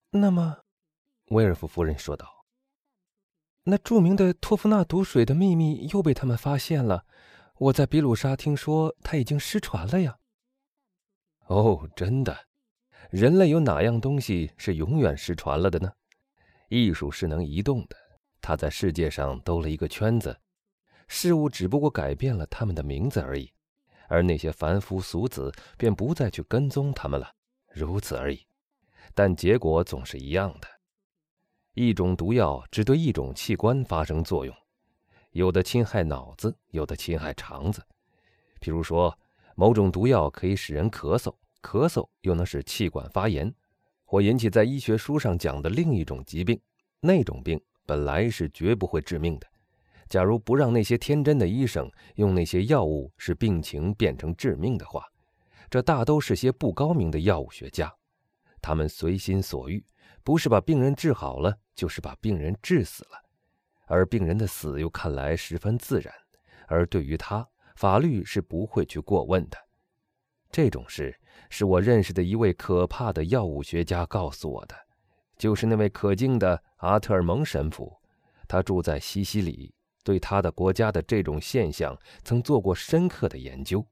那么，威尔夫夫人说道，那著名的托夫纳毒水的秘密又被他们发现了。我在比鲁沙听说它已经失传了呀。 哦，真的？人类有哪样东西是永远失传了的呢？艺术是能移动的，它在世界上兜了一个圈子，事物只不过改变了它们的名字而已，而那些凡夫俗子便不再去跟踪它们了，如此而已。但结果总是一样的。一种毒药只对一种器官发生作用，有的侵害脑子，有的侵害肠子。譬如说，某种毒药可以使人咳嗽，咳嗽又能使气管发炎，或引起在医学书上讲的另一种疾病。那种病本来是绝不会致命的，假如不让那些天真的医生用那些药物使病情变成致命的话，这大都是些不高明的药物学家。他们随心所欲，不是把病人治好了，就是把病人治死了，而病人的死又看来十分自然，而对于他，法律是不会去过问的。这种事是我认识的一位可怕的药物学家告诉我的，就是那位可敬的阿特尔蒙神父。他住在西西里，对他的国家的这种现象曾做过深刻的研究。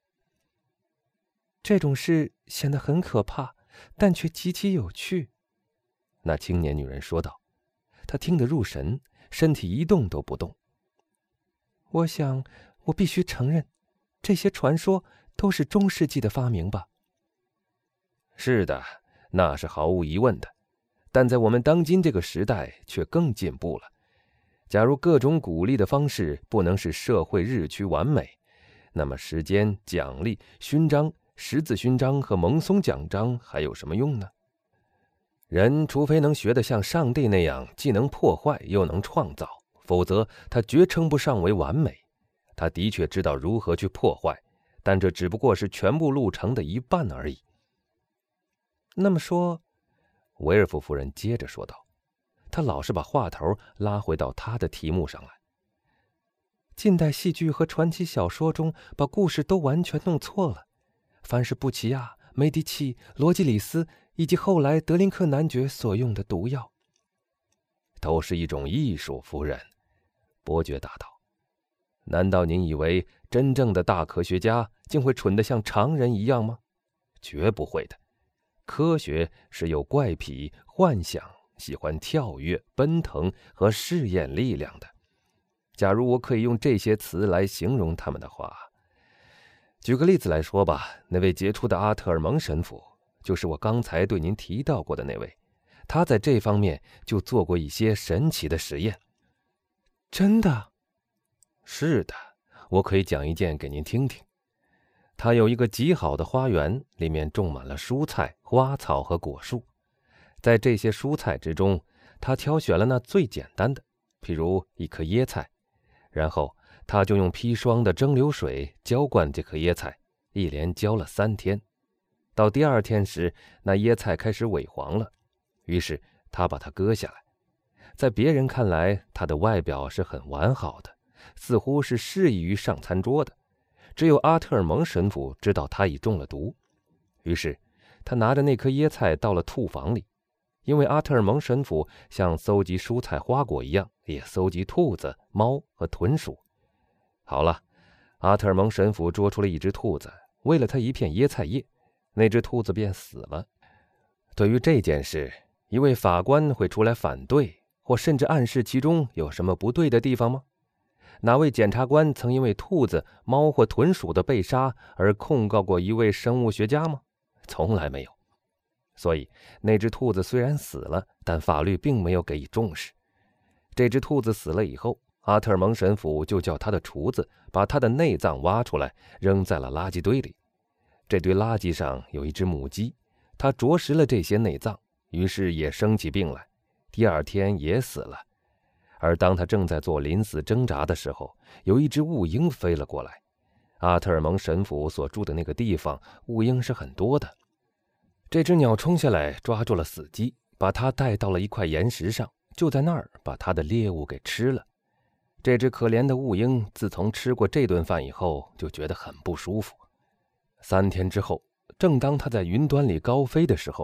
这种事显得很可怕，但却极其有趣， 那青年女人说道。她听得入神，身体一动都不动。 我想我必须承认，这些传说都是中世纪的发明吧？ 是的，那是毫无疑问的。但在我们当今这个时代却更进步了。假如各种鼓励的方式不能使社会日趋完美，那么时间、奖励、勋章、十字勋章和蒙松奖章还有什么用呢？人除非能学得像上帝那样，既能破坏又能创造，否则他绝称不上为完美。他的确知道如何去破坏，但这只不过是全部路程的一半而已。 那么说， 维尔夫夫人接着说道，她老是把话头拉回到她的题目上来。 近代戏剧和传奇小说中把故事都完全弄错了。凡是布奇亚、梅迪奇、罗吉里斯以及后来德林克男爵所用的毒药， 都是一种艺术，夫人。伯爵答道。难道您以为真正的大科学家竟会蠢得像常人一样吗？绝不会的。科学是有怪癖、幻想、喜欢跳跃、奔腾和试验力量的。假如我可以用这些词来形容他们的话，举个例子来说吧，那位杰出的阿特尔蒙神父，就是我刚才对您提到过的那位，他在这方面就做过一些神奇的实验。 真的？ 是的，我可以讲一件给您听听。他有一个极好的花园，里面种满了蔬菜、花草和果树。在这些蔬菜之中，他挑选了那最简单的，譬如一颗椰菜，然后他就用砒霜的蒸馏水浇灌这颗椰菜，一连浇了3天。到第2天时，那椰菜开始萎黄了，于是他把它割下来。在别人看来，它的外表是很完好的，似乎是适宜于上餐桌的。只有阿特尔蒙神父知道他已中了毒，于是他拿着那颗椰菜到了兔房里，因为阿特尔蒙神父像搜集蔬菜花果一样，也搜集兔子、猫和豚鼠。好了，阿特尔蒙神父捉出了一只兔子，喂了他一片椰菜叶，那只兔子便死了。对于这件事，一位法官会出来反对，或甚至暗示其中有什么不对的地方吗？哪位检察官曾因为兔子、猫或豚鼠的被杀而控告过一位生物学家吗？从来没有。所以那只兔子虽然死了，但法律并没有给予重视。这只兔子死了以后，阿特尔蒙神父就叫他的厨子把他的内脏挖出来，扔在了垃圾堆里。这堆垃圾上有一只母鸡，他啄食了这些内脏，于是也生起病来，第2天也死了。而当他正在做临死挣扎的时候，有一只雾鹰飞了过来。阿特尔蒙神父所住的那个地方，雾鹰是很多的。这只鸟冲下来抓住了死鸡，把它带到了一块岩石上，就在那儿把它的猎物给吃了。这只可怜的雾鹰自从吃过这顿饭以后，就觉得很不舒服。3天之后，正当它在云端里高飞的时候，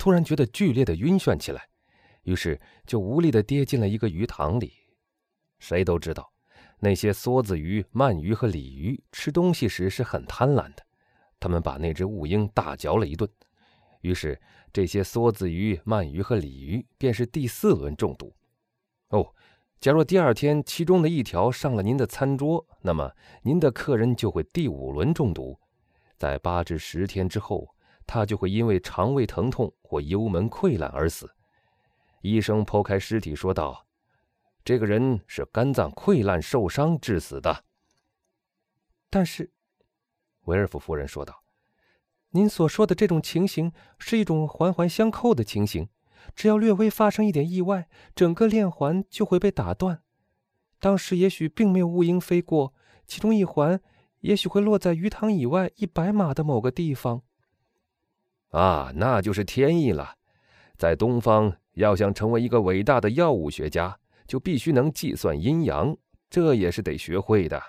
突然觉得剧烈的晕眩起来，于是就无力地跌进了一个鱼塘里。谁都知道，那些梭子鱼、鳗鱼和鲤鱼吃东西时是很贪婪的，他们把那只雾鹰大嚼了一顿。于是这些梭子鱼、鳗鱼和鲤鱼便是第4轮中毒。假若第2天其中的一条上了您的餐桌，那么您的客人就会第5轮中毒。在8至10天之后，他就会因为肠胃疼痛或幽门溃烂而死。医生剖开尸体说道：“这个人是肝脏溃烂受伤致死的。” 但是， 维尔夫夫人说道， 您所说的这种情形是一种环环相扣的情形，只要略微发生一点意外，整个链环就会被打断。当时也许并没有雾鹰飞过，其中一环也许会落在鱼塘以外100码的某个地方。 那就是天意了。在东方，要想成为一个伟大的药物学家，就必须能计算阴阳，这也是得学会的。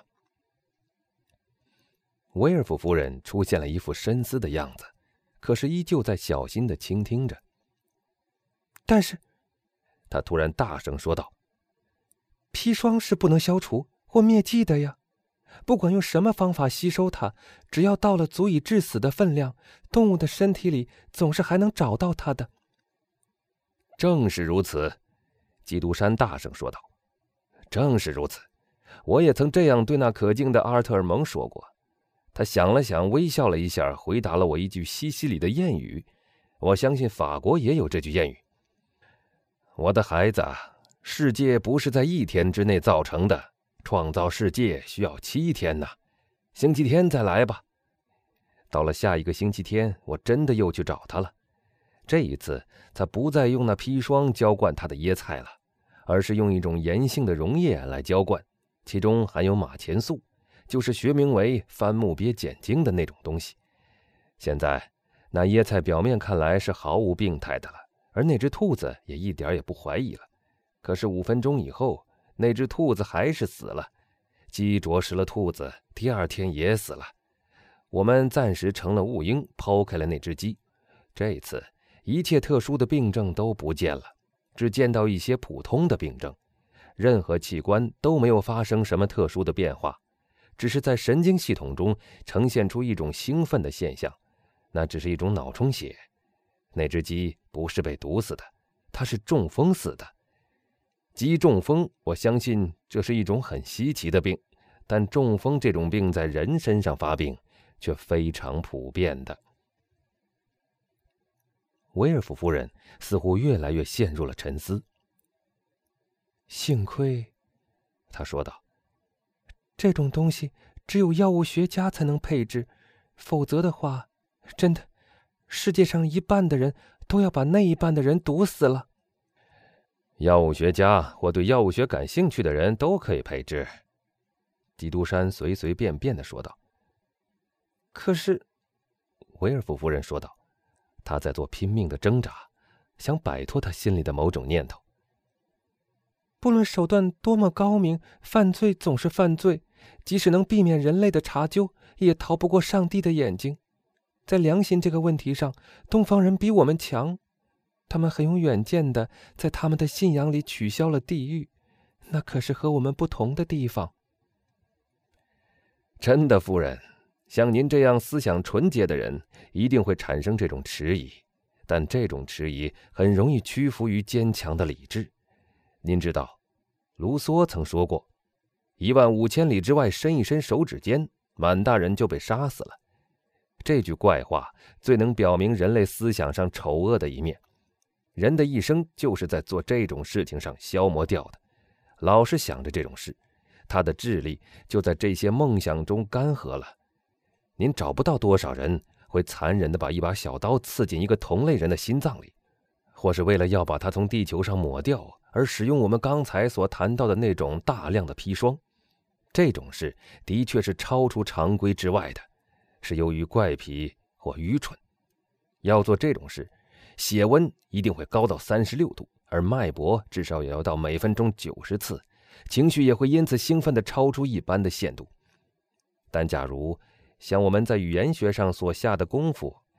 威尔夫夫人出现了一副深思的样子，可是依旧在小心地倾听着。 但是， 她突然大声说道：“ 砒霜是不能消除或灭迹的呀！不管用什么方法吸收它，只要到了足以致死的分量，动物的身体里总是还能找到它的。” 正是如此，基督山大声说道。正是如此，我也曾这样对那可敬的阿尔特尔蒙说过。他想了想，微笑了一下，回答了我一句西西里的谚语。我相信法国也有这句谚语：“我的孩子，世界不是在1天之内造成的，创造世界需要7天呐。星期天再来吧。”到了下一个星期天，我真的又去找他了。这一次，他不再用那砒霜浇灌他的椰菜了，而是用一种盐性的溶液来浇灌，其中含有马钱素，就是学名为番木鳖碱精的那种东西。现在，那椰菜表面看来是毫无病态的了，而那只兔子也一点也不怀疑了。可是5分钟以后，那只兔子还是死了。鸡啄食了兔子，第2天也死了。我们暂时成了雾鹰，抛开了那只鸡。这一次，一切特殊的病症都不见了，只见到一些普通的病症，任何器官都没有发生什么特殊的变化，只是在神经系统中呈现出一种兴奋的现象，那只是一种脑充血。那只鸡不是被毒死的，它是中风死的。鸡中风，我相信这是一种很稀奇的病，但中风这种病在人身上发病却非常普遍的。威尔夫夫人似乎越来越陷入了沉思。 幸亏，她说道，这种东西只有药物学家才能配置，否则的话，真的，世界上1半的人都要把那1半的人毒死了。 药物学家或对药物学感兴趣的人都可以配置，基督山随随便便地说道。 可是， 威尔夫夫人说道，她在做拼命的挣扎，想摆脱她心里的某种念头。 不论手段多么高明，犯罪总是犯罪，即使能避免人类的查究，也逃不过上帝的眼睛。在良心这个问题上，东方人比我们强。他们很有远见的，在他们的信仰里取消了地狱，那可是和我们不同的地方。 真的，夫人，像您这样思想纯洁的人，一定会产生这种迟疑，但这种迟疑很容易屈服于坚强的理智。您知道，卢梭曾说过，15000里之外伸一伸手指尖，满大人就被杀死了。这句怪话最能表明人类思想上丑恶的一面。人的一生就是在做这种事情上消磨掉的，老是想着这种事，他的智力就在这些梦想中干涸了。您找不到多少人会残忍地把一把小刀刺进一个同类人的心脏里，或是为了要把它从地球上抹掉而使用我们刚才所谈到的那种大量的砒霜。这种事的确是超出常规之外的，是由于怪癖或愚蠢。要做这种事，血温一定会高到36度，而脉搏至少也要到每分钟90次，情绪也会因此兴奋地超出一般的限度。但假如像我们在语言学上所下的功夫，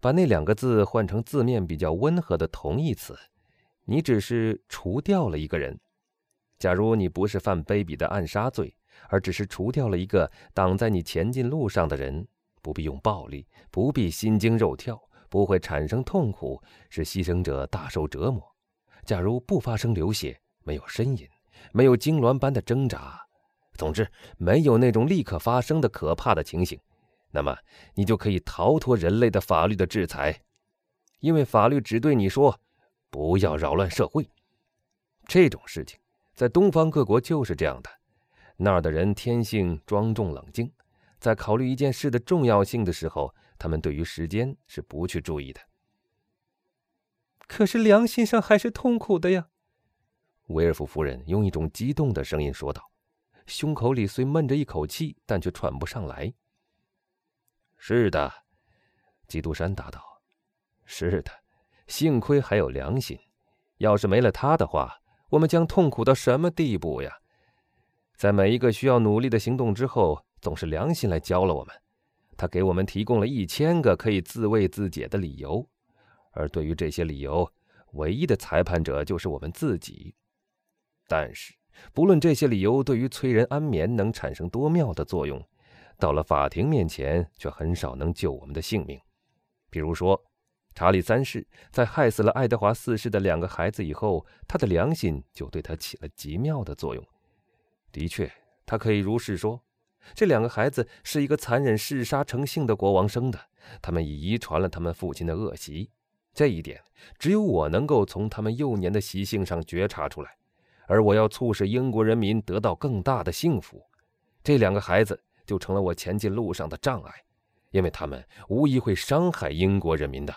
把那2个字换成字面比较温和的同义词，你只是除掉了一个人。假如你不是犯卑鄙的暗杀罪，而只是除掉了一个挡在你前进路上的人，不必用暴力，不必心惊肉跳，不会产生痛苦，使牺牲者大受折磨。假如不发生流血，没有呻吟，没有痉挛般的挣扎，总之没有那种立刻发生的可怕的情形，那么你就可以逃脱人类的法律的制裁，因为法律只对你说不要扰乱社会。这种事情在东方各国就是这样的，那儿的人天性庄重冷静，在考虑一件事的重要性的时候，他们对于时间是不去注意的。 可是良心上还是痛苦的呀， 威尔夫夫人用一种激动的声音说道，胸口里虽闷着一口气，但却喘不上来。是的，基督山答道，是的，幸亏还有良心，要是没了它的话，我们将痛苦到什么地步呀？在每一个需要努力的行动之后，总是良心来教了我们，他给我们提供了1000个可以自卫自解的理由，而对于这些理由，唯一的裁判者就是我们自己。但是不论这些理由对于催人安眠能产生多妙的作用，到了法庭面前却很少能救我们的性命。比如说，查理3世在害死了爱德华4世的2个孩子以后，他的良心就对他起了极妙的作用。的确，他可以如是说，这2个孩子是一个残忍嗜杀成性的国王生的，他们已遗传了他们父亲的恶习，这一点只有我能够从他们幼年的习性上觉察出来，而我要促使英国人民得到更大的幸福，这2个孩子就成了我前进路上的障碍，因为他们无疑会伤害英国人民的。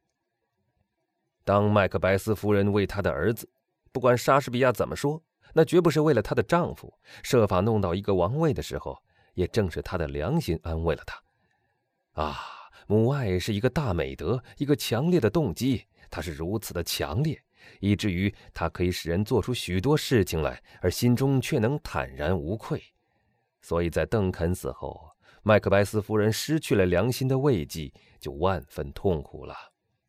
当麦克白斯夫人为她的儿子，不管莎士比亚怎么说，那绝不是为了她的丈夫，设法弄到一个王位的时候，也正是她的良心安慰了她。啊，母爱是一个大美德，一个强烈的动机，它是如此的强烈，以至于它可以使人做出许多事情来，而心中却能坦然无愧。所以在邓肯死后，麦克白斯夫人失去了良心的慰藉，就万分痛苦了。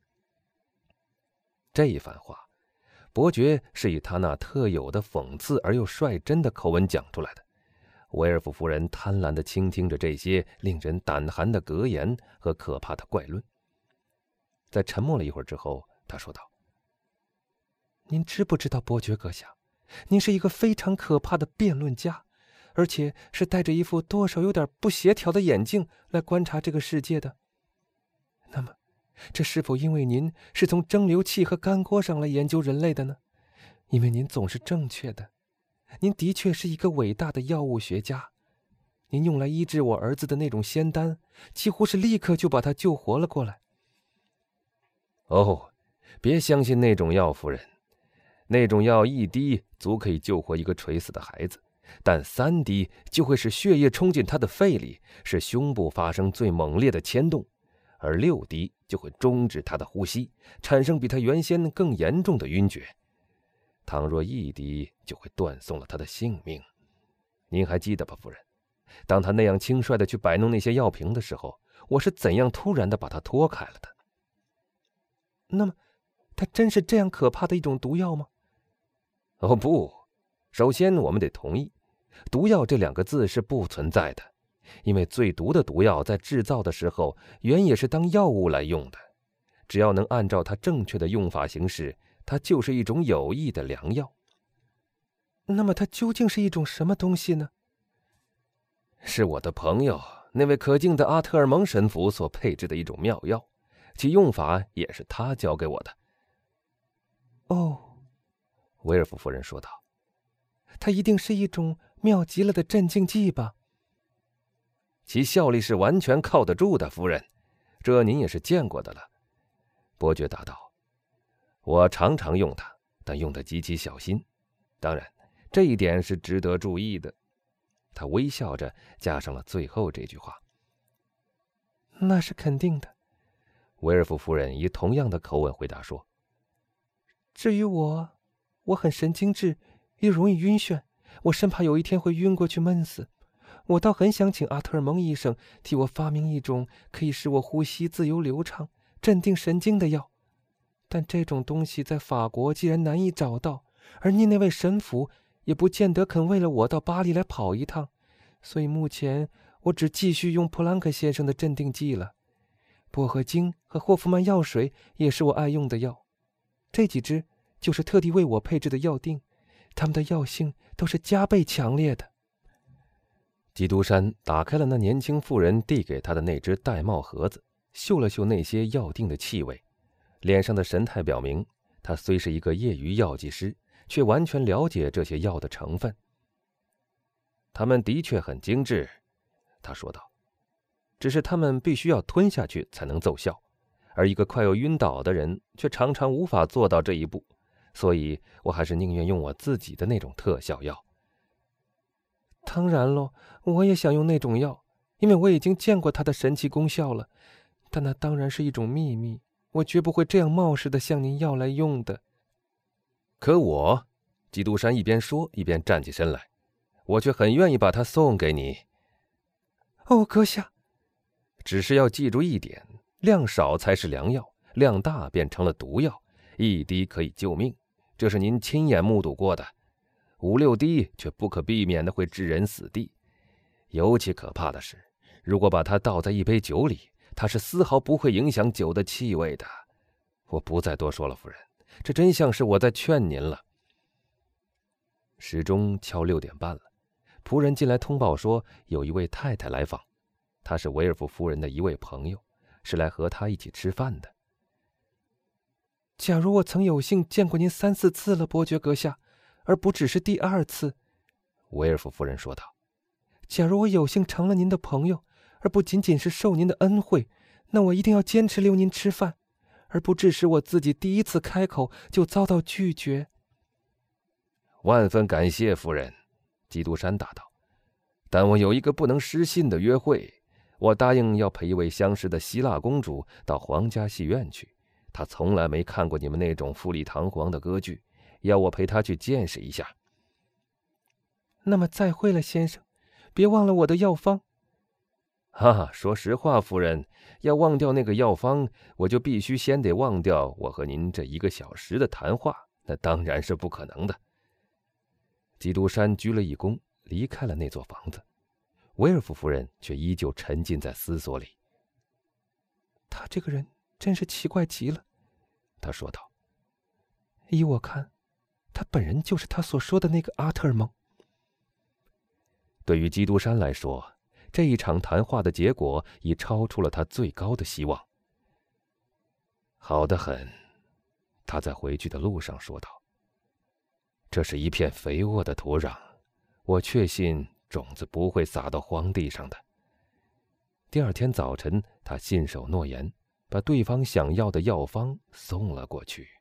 这一番话，伯爵是以他那特有的讽刺而又率真的口吻讲出来的。威尔夫夫人贪婪地倾听着这些令人胆寒的格言和可怕的怪论。在沉默了一会儿之后，他说道：“ 您知不知道，伯爵阁下，您是一个非常可怕的辩论家，而且是戴着一副多少有点不协调的眼镜来观察这个世界的。那么，这是否因为您是从蒸馏器和干锅上来研究人类的呢？因为您总是正确的，您的确是一个伟大的药物学家。您用来医治我儿子的那种仙丹，几乎是立刻就把他救活了过来。”“ 哦，别相信那种药，夫人。那种药1滴足可以救活一个垂死的孩子，但3滴就会使血液冲进他的肺里，使胸部发生最猛烈的牵动，而6滴就会终止他的呼吸，产生比他原先更严重的晕厥。倘若1滴就会断送了他的性命。您还记得吧，夫人？当他那样轻率地去摆弄那些药瓶的时候，我是怎样突然地把他拖开了的。”“ 那么，它真是这样可怕的一种毒药吗？”“ 哦不，首先我们得同意，毒药这2个字是不存在的，因为最毒的毒药在制造的时候原也是当药物来用的，只要能按照它正确的用法行事，它就是一种有益的良药。”“ 那么它究竟是一种什么东西呢？”“ 是我的朋友那位可敬的阿特尔蒙神父所配置的一种妙药，其用法也是他教给我的。”“ 哦，” 威尔夫夫人说道，“ 它一定是一种妙极了的镇静剂吧？”“ 其效力是完全靠得住的，夫人，这您也是见过的了。”伯爵答道，“我常常用它，但用得极其小心。当然，这一点是值得注意的。”他微笑着加上了最后这句话。 “那是肯定的。” 威尔夫夫人以同样的口吻回答说。 “至于我很神经质，又容易晕眩，我生怕有一天会晕过去闷死。我倒很想请阿特尔蒙医生替我发明一种可以使我呼吸自由流畅， 镇定神经的药。但这种东西在法国既然难以找到，而你那位神父也不见得肯为了我到巴黎来跑一趟，所以目前我只继续用普朗克先生的镇定剂了。薄荷精和霍夫曼药水也是我爱用的药，这几支就是特地为我配制的药锭，它们的药性都是加倍强烈的。 基督山打开了那年轻妇人递给他的那只玳瑁盒子，嗅了嗅那些药锭的气味，脸上的神态表明，他虽是一个业余药剂师，却完全了解这些药的成分。它们的确很精致，他说道，只是它们必须要吞下去才能奏效，而一个快要晕倒的人却常常无法做到这一步，所以我还是宁愿用我自己的那种特效药。 当然喽，我也想用那种药，因为我已经见过它的神奇功效了，但那当然是一种秘密，我绝不会这样冒失地向您要来用的。 可我，基督山一边说一边站起身来，我却很愿意把它送给你。 哦，阁下， 只是要记住一点，量少才是良药，量大变成了毒药，一滴可以救命，这是您亲眼目睹过的，5、6滴却不可避免的会致人死地。尤其可怕的是，如果把它倒在一杯酒里，它是丝毫不会影响酒的气味的。我不再多说了，夫人，这真像是我在劝您了。时钟敲6点半了，仆人进来通报说有一位太太来访，她是维尔夫夫人的一位朋友，是来和她一起吃饭的。 假如我曾有幸见过您3、4次了，伯爵阁下，而不只是第2次， 维尔夫夫人说道。 假如我有幸成了您的朋友，而不仅仅是受您的恩惠，那我一定要坚持留您吃饭，而不致使我自己第1次开口就遭到拒绝。 万分感谢，夫人，基督山答道。但我有一个不能失信的约会，我答应要陪一位相识的希腊公主到皇家戏院去，她从来没看过你们那种富丽堂皇的歌剧，要我陪她去见识一下。 那么再会了，先生，别忘了我的药方。 说实话，夫人，要忘掉那个药方，我就必须先得忘掉我和您这1个小时的谈话，那当然是不可能的。基督山鞠了一躬，离开了那座房子。维尔夫夫人却依旧沉浸在思索里。 他这个人真是奇怪极了， 他说道。 依我看，他本人就是他所说的那个阿特尔蒙。 对于基督山来说，这一场谈话的结果已超出了他最高的希望。好得很，他在回去的路上说道。这是一片肥沃的土壤，我确信种子不会撒到荒地上的。第2天早晨，他信守诺言，把对方想要的药方送了过去。